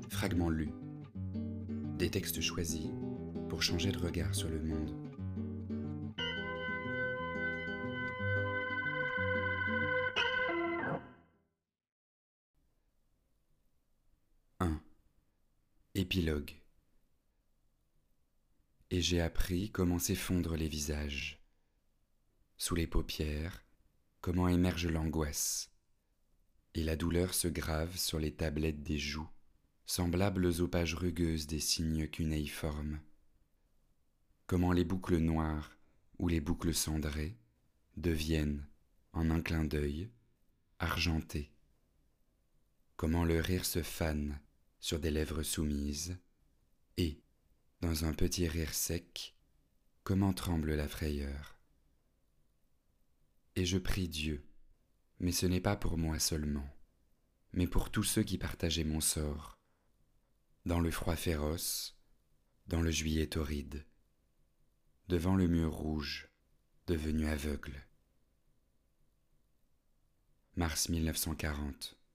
Fragments lus. Des textes choisis pour changer de regard sur le monde. Épilogue. Et j'ai appris comment s'effondrent les visages. Sous les paupières, comment émerge l'angoisse. Et la douleur se grave sur les tablettes des joues, semblables aux pages rugueuses des signes cunéiformes. Comment les boucles noires ou les boucles cendrées deviennent, en un clin d'œil, argentées. Comment le rire se fane sur des lèvres soumises, et, dans un petit rire sec, comment tremble la frayeur. Et je prie Dieu, mais ce n'est pas pour moi seulement, mais pour tous ceux qui partageaient mon sort, dans le froid féroce, dans le juillet torride, devant le mur rouge, devenu aveugle. Mars 1940.